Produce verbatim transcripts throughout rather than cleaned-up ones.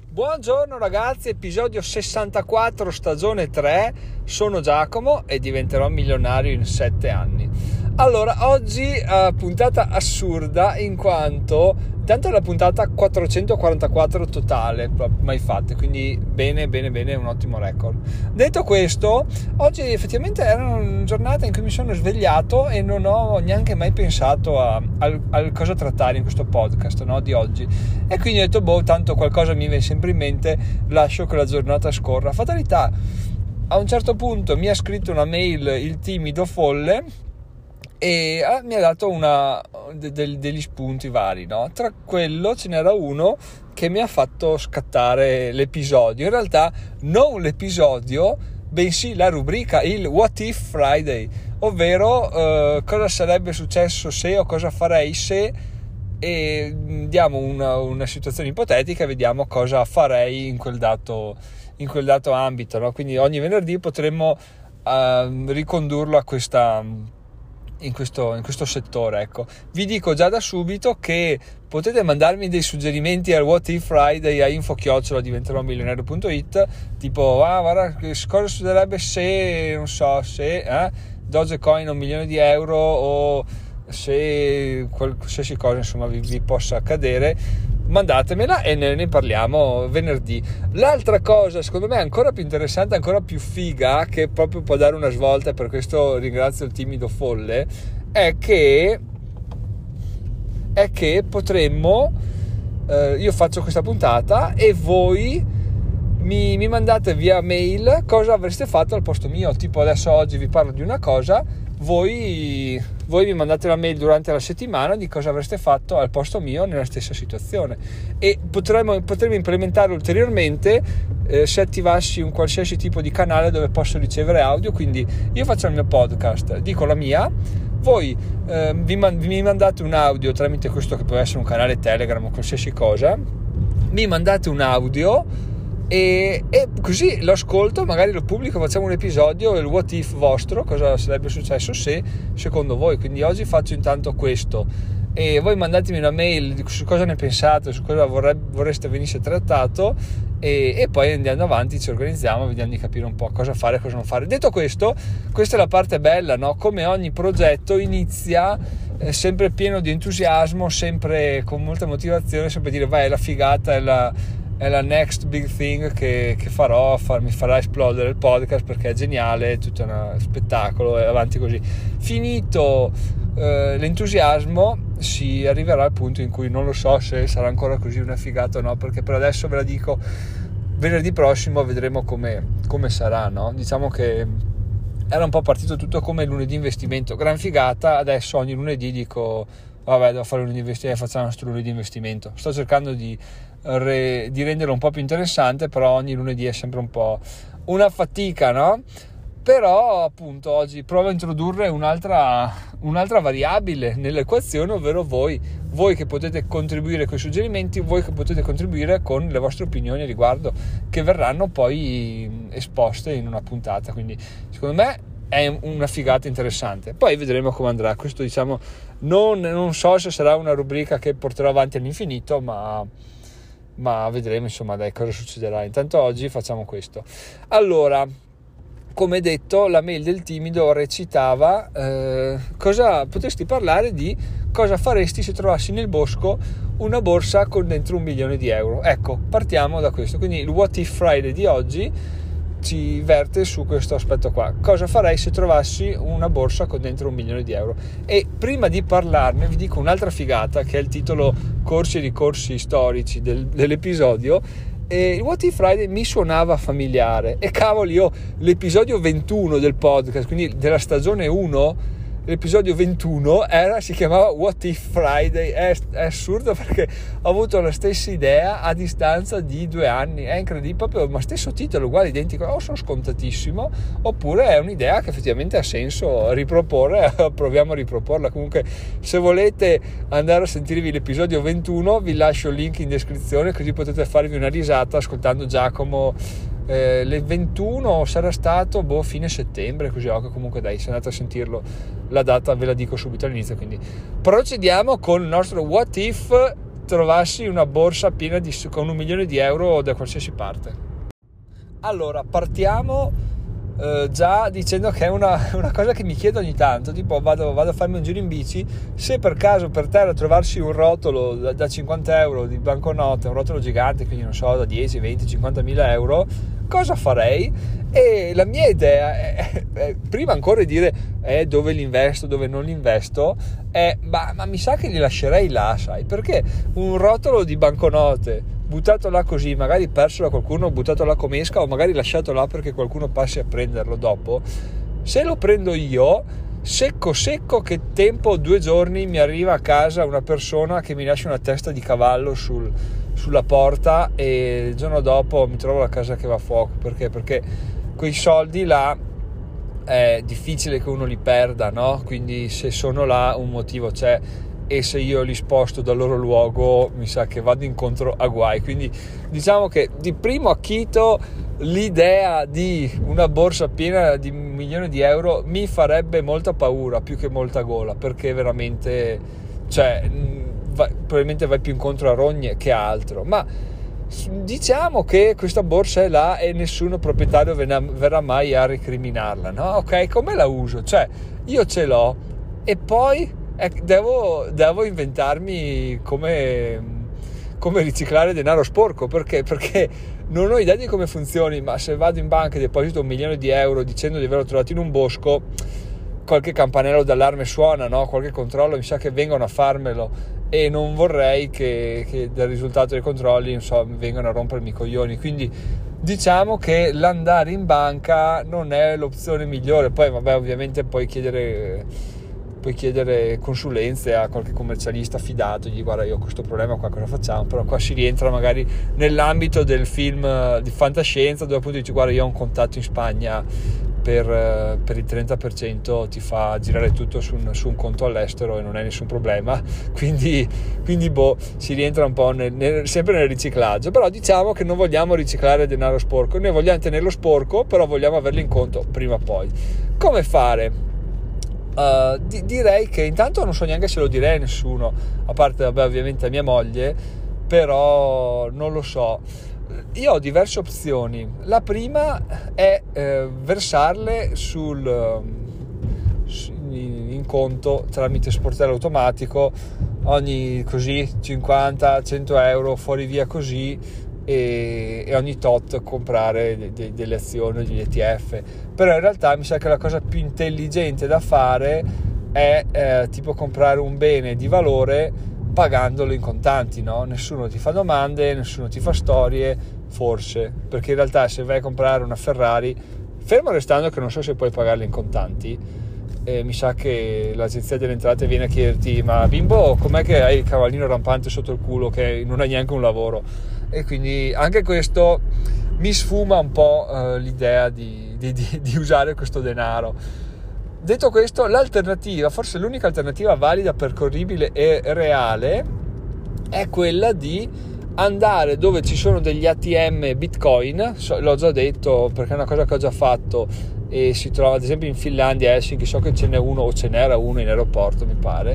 Buongiorno ragazzi, episodio sessantaquattro, stagione tre. Sono Giacomo e diventerò milionario in sette anni. Allora, oggi uh, puntata assurda, in quanto intanto è la puntata quattrocentoquarantaquattro totale mai fatte, quindi bene bene bene, un ottimo record. Detto questo, oggi effettivamente era una giornata in cui mi sono svegliato e non ho neanche mai pensato a, a, a cosa trattare in questo podcast, no, di oggi, e quindi ho detto boh, tanto qualcosa mi viene sempre in mente, lascio che la giornata scorra. Fatalità, a un certo punto mi ha scritto una mail il timido folle e ah, mi ha dato una, de, de, degli spunti vari, no? Tra quello ce n'era uno che mi ha fatto scattare l'episodio, in realtà non l'episodio, bensì la rubrica, il What If Friday, ovvero eh, cosa sarebbe successo se o cosa farei se, e diamo una, una situazione ipotetica e vediamo cosa farei in quel dato, in quel dato ambito, no? Quindi ogni venerdì potremmo eh, ricondurlo a questa... In questo, in questo settore, ecco. Vi dico già da subito che potete mandarmi dei suggerimenti al What If Friday a info chiocciola diventerò milionario punto it, tipo ah guarda cosa succederebbe se non so se eh, Dogecoin un milione di euro, o se qualsiasi cosa insomma vi, vi possa accadere. Mandatemela e ne, ne parliamo venerdì. L'altra cosa secondo me ancora più interessante, ancora più figa, che proprio può dare una svolta, e per questo ringrazio il timido folle, è che è che potremmo eh, io faccio questa puntata e voi mi, mi mandate via mail cosa avreste fatto al posto mio. Tipo adesso oggi vi parlo di una cosa, voi voi mi mandate la mail durante la settimana di cosa avreste fatto al posto mio nella stessa situazione, e potremmo, potremmo implementare ulteriormente eh, se attivassi un qualsiasi tipo di canale dove posso ricevere audio. Quindi io faccio il mio podcast, dico la mia, voi eh, vi, man- mi mandate un audio tramite questo che può essere un canale Telegram o qualsiasi cosa, mi mandate un audio E, e così lo ascolto, magari lo pubblico, facciamo un episodio, il what if vostro, cosa sarebbe successo se secondo voi. Quindi oggi faccio intanto questo e voi mandatemi una mail su cosa ne pensate, su cosa vorreb- vorreste venisse trattato, e, e poi andiamo avanti, ci organizziamo, vediamo di capire un po' cosa fare e cosa non fare. Detto questo, questa è la parte bella, no? Come ogni progetto inizia eh, sempre pieno di entusiasmo, sempre con molta motivazione, sempre dire vai, è la figata, è la è la next big thing che, che farò, far, mi farà esplodere il podcast perché è geniale, è tutto uno spettacolo e avanti così. Finito eh, l'entusiasmo si arriverà al punto in cui non lo so se sarà ancora così una figata o no, perché per adesso ve la dico, venerdì prossimo vedremo come, come sarà, no? Diciamo che era un po' partito tutto come lunedì investimento, gran figata, adesso ogni lunedì dico vabbè, devo fare un lunedì investimento, facciamo un nostro lunedì investimento. Sto cercando di Re, di renderlo un po' più interessante, però ogni lunedì è sempre un po' una fatica, no? Però appunto oggi provo a introdurre un'altra, un'altra variabile nell'equazione, ovvero voi voi che potete contribuire con i suggerimenti, voi che potete contribuire con le vostre opinioni a riguardo, che verranno poi esposte in una puntata. Quindi secondo me è una figata interessante, poi vedremo come andrà. Questo diciamo non, non so se sarà una rubrica che porterò avanti all'infinito, ma ma vedremo insomma dai cosa succederà. Intanto oggi facciamo questo. Allora, come detto, la mail del timido recitava eh, cosa potresti parlare di cosa faresti se trovassi nel bosco una borsa con dentro un milione di euro. Ecco, partiamo da questo. Quindi il What If Friday di oggi ci verte su questo aspetto qua: cosa farei se trovassi una borsa con dentro un milione di euro. E prima di parlarne vi dico un'altra figata, che è il titolo corsi e ricorsi storici del, dell'episodio. E il What If Friday mi suonava familiare, e cavoli, io l'episodio ventuno del podcast, quindi della stagione uno, l'episodio ventuno era, si chiamava What If Friday. È, è assurdo perché ho avuto la stessa idea a distanza di due anni, è incredibile, proprio ma stesso titolo, uguale, identico. O sono scontatissimo oppure è un'idea che effettivamente ha senso riproporre. Proviamo a riproporla. Comunque, se volete andare a sentirvi l'episodio ventuno, vi lascio il link in descrizione, così potete farvi una risata ascoltando Giacomo. Eh, le ventuno sarà stato boh fine settembre, così. Oh, comunque dai, se andate a sentirlo, la data ve la dico subito all'inizio. Quindi procediamo con il nostro What If trovassi una borsa piena di, con un milione di euro da qualsiasi parte. Allora, partiamo eh, già dicendo che è una, una cosa che mi chiedo ogni tanto, tipo vado, vado a farmi un giro in bici, se per caso per terra trovarsi un rotolo da, da cinquanta euro di banconote, un rotolo gigante, quindi non so, da dieci, venti, cinquanta mila euro, cosa farei? E la mia idea è, è, è prima ancora di dire eh, dove li investo, dove non li investo, è ma, ma mi sa che li lascerei là, sai, perché un rotolo di banconote buttato là così, magari perso da qualcuno, buttato là come esca, o magari lasciato là perché qualcuno passi a prenderlo dopo, se lo prendo io secco secco che tempo due giorni mi arriva a casa una persona che mi lascia una testa di cavallo sul, sulla porta e il giorno dopo mi trovo la casa che va a fuoco. Perché? Perché quei soldi là è difficile che uno li perda, no? Quindi se sono là un motivo c'è, e se io li sposto dal loro luogo mi sa che vado incontro a guai. Quindi diciamo che di primo acchito l'idea di una borsa piena di un milione di euro mi farebbe molta paura più che molta gola, perché veramente, cioè, va, probabilmente vai più incontro a rogne che a altro. Ma diciamo che questa borsa è là e nessuno proprietario verrà mai a recriminarla, no? Ok, come la uso? Cioè, io ce l'ho e poi eh, devo, devo inventarmi come, come riciclare denaro sporco. Perché? Perché non ho idea di come funzioni, ma se vado in banca e deposito un milione di euro dicendo di averlo trovato in un bosco, qualche campanello d'allarme suona, no? Qualche controllo, mi sa che vengono a farmelo, e non vorrei che, che dal risultato dei controlli, non so, vengano a rompermi i coglioni. Quindi diciamo che l'andare in banca non è l'opzione migliore. Poi vabbè, ovviamente puoi chiedere puoi chiedere consulenze a qualche commercialista fidato, gli guarda, io ho questo problema qua, cosa facciamo? Però qua si rientra magari nell'ambito del film di fantascienza, dove appunto dici guarda, io ho un contatto in Spagna per, per il trenta per cento, ti fa girare tutto su un, su un conto all'estero e non è nessun problema. Quindi, quindi boh, si rientra un po' nel, nel, sempre nel riciclaggio. Però diciamo che non vogliamo riciclare denaro sporco, noi vogliamo tenerlo sporco, però vogliamo averlo in conto prima o poi. Come fare? Uh, di, direi che intanto non so neanche se lo direi a nessuno, a parte vabbè, ovviamente a mia moglie, però non lo so. Io ho diverse opzioni. La prima è eh, versarle sul in conto tramite sportello automatico, ogni così cinquanta cento euro fuori via così, e, e ogni tot comprare de, de, delle azioni, degli E T F. Però in realtà mi sa che la cosa più intelligente da fare è eh, tipo comprare un bene di valore pagandolo in contanti, no? Nessuno ti fa domande, nessuno ti fa storie, forse, perché in realtà se vai a comprare una Ferrari, fermo restando che non so se puoi pagarla in contanti, eh, mi sa che l'agenzia delle entrate viene a chiederti ma bimbo, com'è che hai il cavallino rampante sotto il culo che non hai neanche un lavoro? E quindi anche questo mi sfuma un po' eh, l'idea di, di, di, di usare questo denaro. Detto questo, l'alternativa, forse l'unica alternativa valida, percorribile e reale, è quella di andare dove ci sono degli A T M Bitcoin. So, l'ho già detto perché è una cosa che ho già fatto e si trova ad esempio in Finlandia, Helsinki, so che ce n'è uno o ce n'era uno in aeroporto mi pare,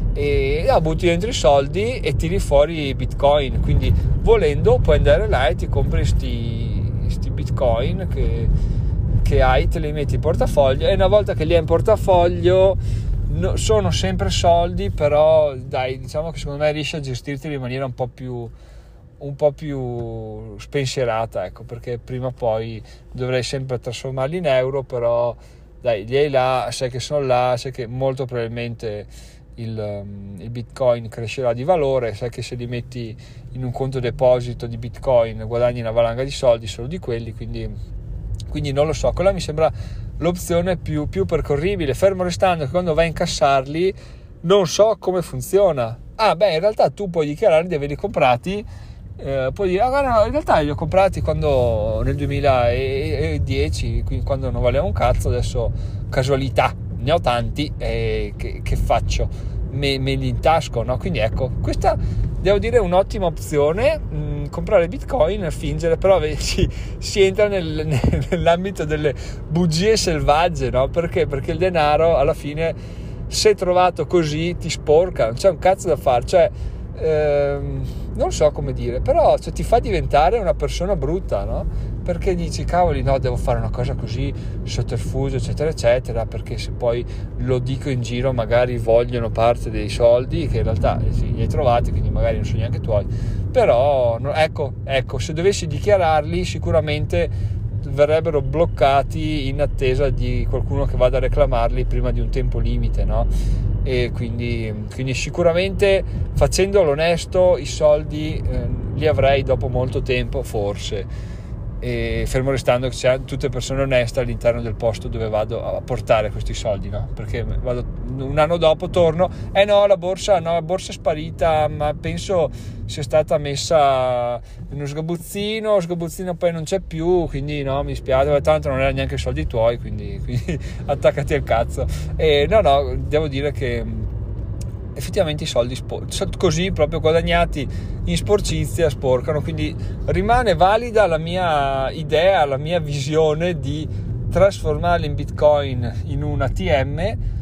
e ah, butti dentro i soldi e tiri fuori i Bitcoin. Quindi volendo puoi andare là e ti compri sti, sti Bitcoin che, che hai, te li metti in portafoglio, e una volta che li hai in portafoglio no, sono sempre soldi, però dai, diciamo che secondo me riesci a gestirteli in maniera un po' più un po' più spensierata, ecco, perché prima o poi dovrei sempre trasformarli in euro, però dai, li hai là, sai che sono là, sai che molto probabilmente il, il Bitcoin crescerà di valore, sai che se li metti in un conto deposito di Bitcoin guadagni una valanga di soldi solo di quelli, quindi, quindi non lo so, quella mi sembra l'opzione più, più percorribile, fermo restando che quando vai a incassarli non so come funziona. Ah beh, in realtà tu puoi dichiarare di averli comprati, eh, puoi dire, ah no, in realtà li ho comprati quando nel duemiladieci, quindi quando non valeva un cazzo, adesso casualità, ne ho tanti, e che, che faccio? Me, me li intasco, no? Quindi ecco, questa devo dire è un'ottima opzione, mh, comprare Bitcoin, fingere, però si, si entra nel, nell'ambito delle bugie selvagge, no? Perché? Perché il denaro alla fine, se trovato così, ti sporca, non c'è un cazzo da fare. Cioè ehm, non so come dire, però cioè, ti fa diventare una persona brutta, no? Perché dici, cavoli, no, devo fare una cosa così, sotterfugio, eccetera, eccetera, perché se poi lo dico in giro magari vogliono parte dei soldi che in realtà li hai trovati, quindi magari non sono neanche tuoi. Però, no, ecco, ecco, se dovessi dichiararli sicuramente verrebbero bloccati in attesa di qualcuno che vada a reclamarli prima di un tempo limite, no? E quindi, quindi sicuramente facendo l'onesto i soldi eh, li avrei dopo molto tempo forse, e fermo restando che c'è tutte persone oneste all'interno del posto dove vado a portare questi soldi, no? Perché vado un anno dopo, torno, eh no, la borsa no, la borsa è sparita, ma penso sia stata messa in uno sgabuzzino, lo sgabuzzino poi non c'è più, quindi no, mi spiace, tanto non erano neanche soldi tuoi, quindi, quindi attaccati al cazzo. E no, no, devo dire che effettivamente i soldi spor- così proprio guadagnati in sporcizia sporcano, quindi rimane valida la mia idea, la mia visione di trasformarli in Bitcoin in un A T M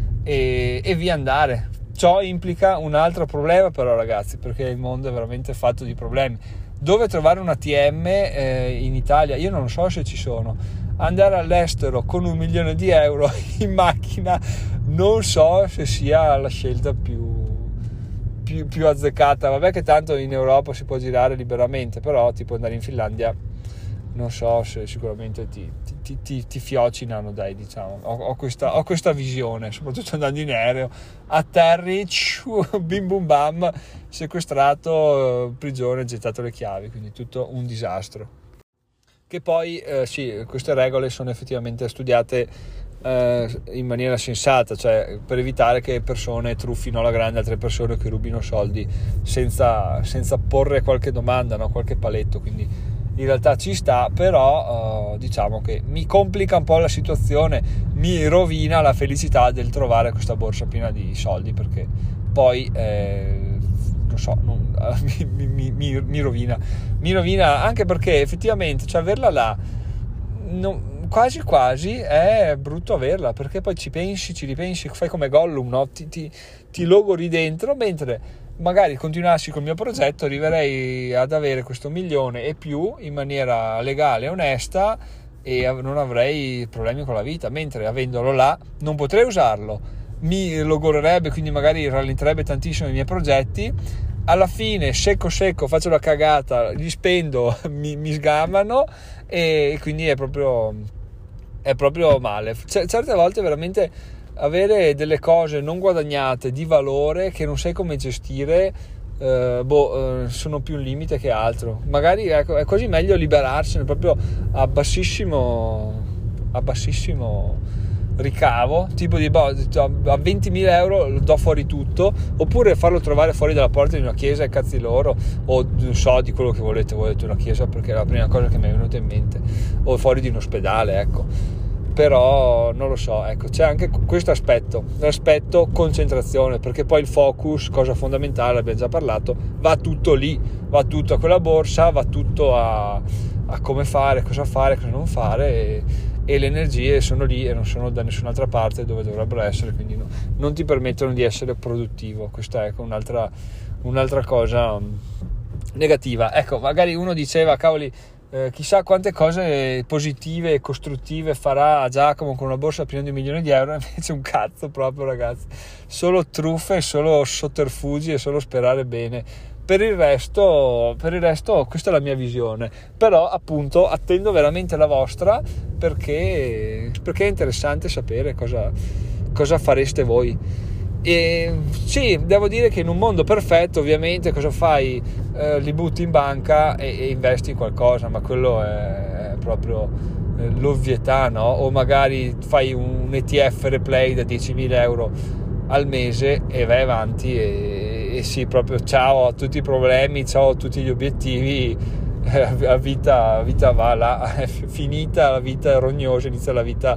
e, e via andare. Ciò implica un altro problema però, ragazzi, perché il mondo è veramente fatto di problemi. Dove trovare un A T M eh, in Italia? Io non so se ci sono. Andare all'estero con un milione di euro in macchina non so se sia la scelta più, più, più azzeccata. Vabbè che tanto in Europa si può girare liberamente, però tipo andare in Finlandia non so se sicuramente ti, ti, ti, ti fiocinano, dai, diciamo. Ho, ho, questa, ho questa visione, soprattutto andando in aereo, atterri, ciu, bim bum bam, sequestrato, prigione, gettato le chiavi, quindi tutto un disastro. Che poi eh, sì, queste regole sono effettivamente studiate eh, in maniera sensata, cioè per evitare che persone truffino alla grande altre persone, che rubino soldi senza, senza porre qualche domanda, no? Qualche paletto, quindi in realtà ci sta, però eh, diciamo che mi complica un po' la situazione, mi rovina la felicità del trovare questa borsa piena di soldi, perché poi eh, non so, non, mi, mi, mi, mi rovina mi rovina anche perché effettivamente, cioè, averla là non, quasi quasi è brutto averla, perché poi ci pensi, ci ripensi, fai come Gollum, no? ti, ti, ti logori dentro, mentre magari continuassi col mio progetto arriverei ad avere questo milione e più in maniera legale e onesta e non avrei problemi con la vita, mentre avendolo là non potrei usarlo, mi logorerebbe, quindi magari rallenterebbe tantissimo i miei progetti, alla fine secco secco faccio la cagata, li spendo, mi, mi sgamano e quindi è proprio è proprio male. C- certe volte veramente avere delle cose non guadagnate di valore che non sai come gestire, eh, boh, eh, sono più un limite che altro. Magari ecco, è quasi meglio liberarsene proprio a bassissimo a bassissimo ricavo, tipo di boh, a ventimila euro lo do fuori tutto, oppure farlo trovare fuori dalla porta di una chiesa e cazzi loro, o non so, di quello che volete, volete una chiesa perché è la prima cosa che mi è venuta in mente, o fuori di un ospedale, ecco. Però non lo so, ecco, c'è anche questo aspetto, l'aspetto concentrazione, perché poi il focus, cosa fondamentale, abbiamo già parlato, va tutto lì, va tutto a quella borsa, va tutto a, a come fare, cosa fare, cosa non fare, e, e le energie sono lì e non sono da nessun'altra parte dove dovrebbero essere, quindi no, non ti permettono di essere produttivo. Questa è un'altra, un'altra cosa negativa. Ecco, magari uno diceva, cavoli, Eh, chissà quante cose positive e costruttive farà Giacomo con una borsa piena di un milione di euro, invece un cazzo proprio, ragazzi, solo truffe, solo sotterfugi e solo sperare bene. Per il resto, per il resto questa è la mia visione, però appunto attendo veramente la vostra, perché, perché è interessante sapere cosa, cosa fareste voi. E sì, devo dire che in un mondo perfetto ovviamente cosa fai? Eh, li butti in banca e, e investi in qualcosa, ma quello è, è proprio eh, l'ovvietà, no? O magari fai un E T F replay da diecimila euro al mese e vai avanti e, e sì, proprio ciao a tutti i problemi, ciao a tutti gli obiettivi, eh, la vita, vita va là, è finita la vita rognosa, inizia la vita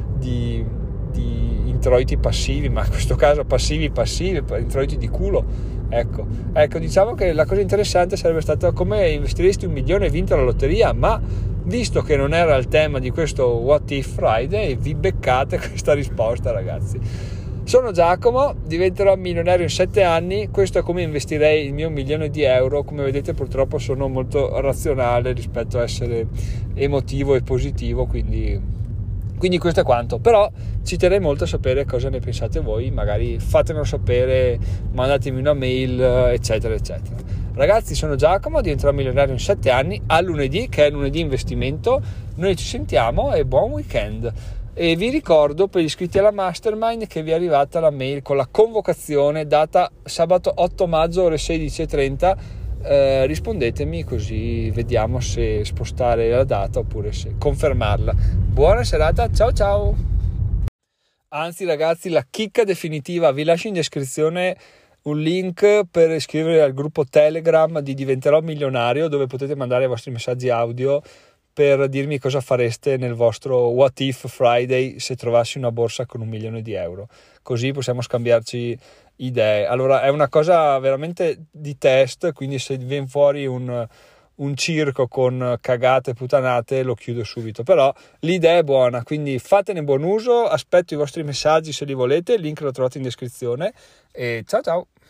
di introiti passivi, ma in questo caso passivi passivi, introiti di culo. Ecco, ecco, diciamo che la cosa interessante sarebbe stata come investiresti un milione e vinto la lotteria, ma visto che non era il tema di questo What If Friday, vi beccate questa risposta, ragazzi. Sono Giacomo, diventerò milionario in sette anni, questo è come investirei il mio milione di euro. Come vedete purtroppo sono molto razionale rispetto a essere emotivo e positivo, quindi... Quindi questo è quanto, però ci terrei molto a sapere cosa ne pensate voi, magari fatemelo sapere, mandatemi una mail, eccetera, eccetera. Ragazzi, sono Giacomo, diventerò milionario in sette anni, a lunedì, che è lunedì investimento, noi ci sentiamo e buon weekend. E vi ricordo per gli iscritti alla Mastermind che vi è arrivata la mail con la convocazione data sabato otto maggio ore sedici e trenta. Eh, rispondetemi così vediamo se spostare la data oppure se confermarla. Buona serata, ciao ciao. Anzi ragazzi, la chicca definitiva, vi lascio in descrizione un link per iscrivervi al gruppo Telegram di Diventerò Milionario, dove potete mandare i vostri messaggi audio per dirmi cosa fareste nel vostro What If Friday se trovassi una borsa con un milione di euro, così possiamo scambiarci idee. Allora è una cosa veramente di test, quindi se viene fuori un, un circo con cagate e putanate lo chiudo subito, però l'idea è buona, quindi fatene buon uso, aspetto i vostri messaggi se li volete, il link lo trovate in descrizione e ciao ciao.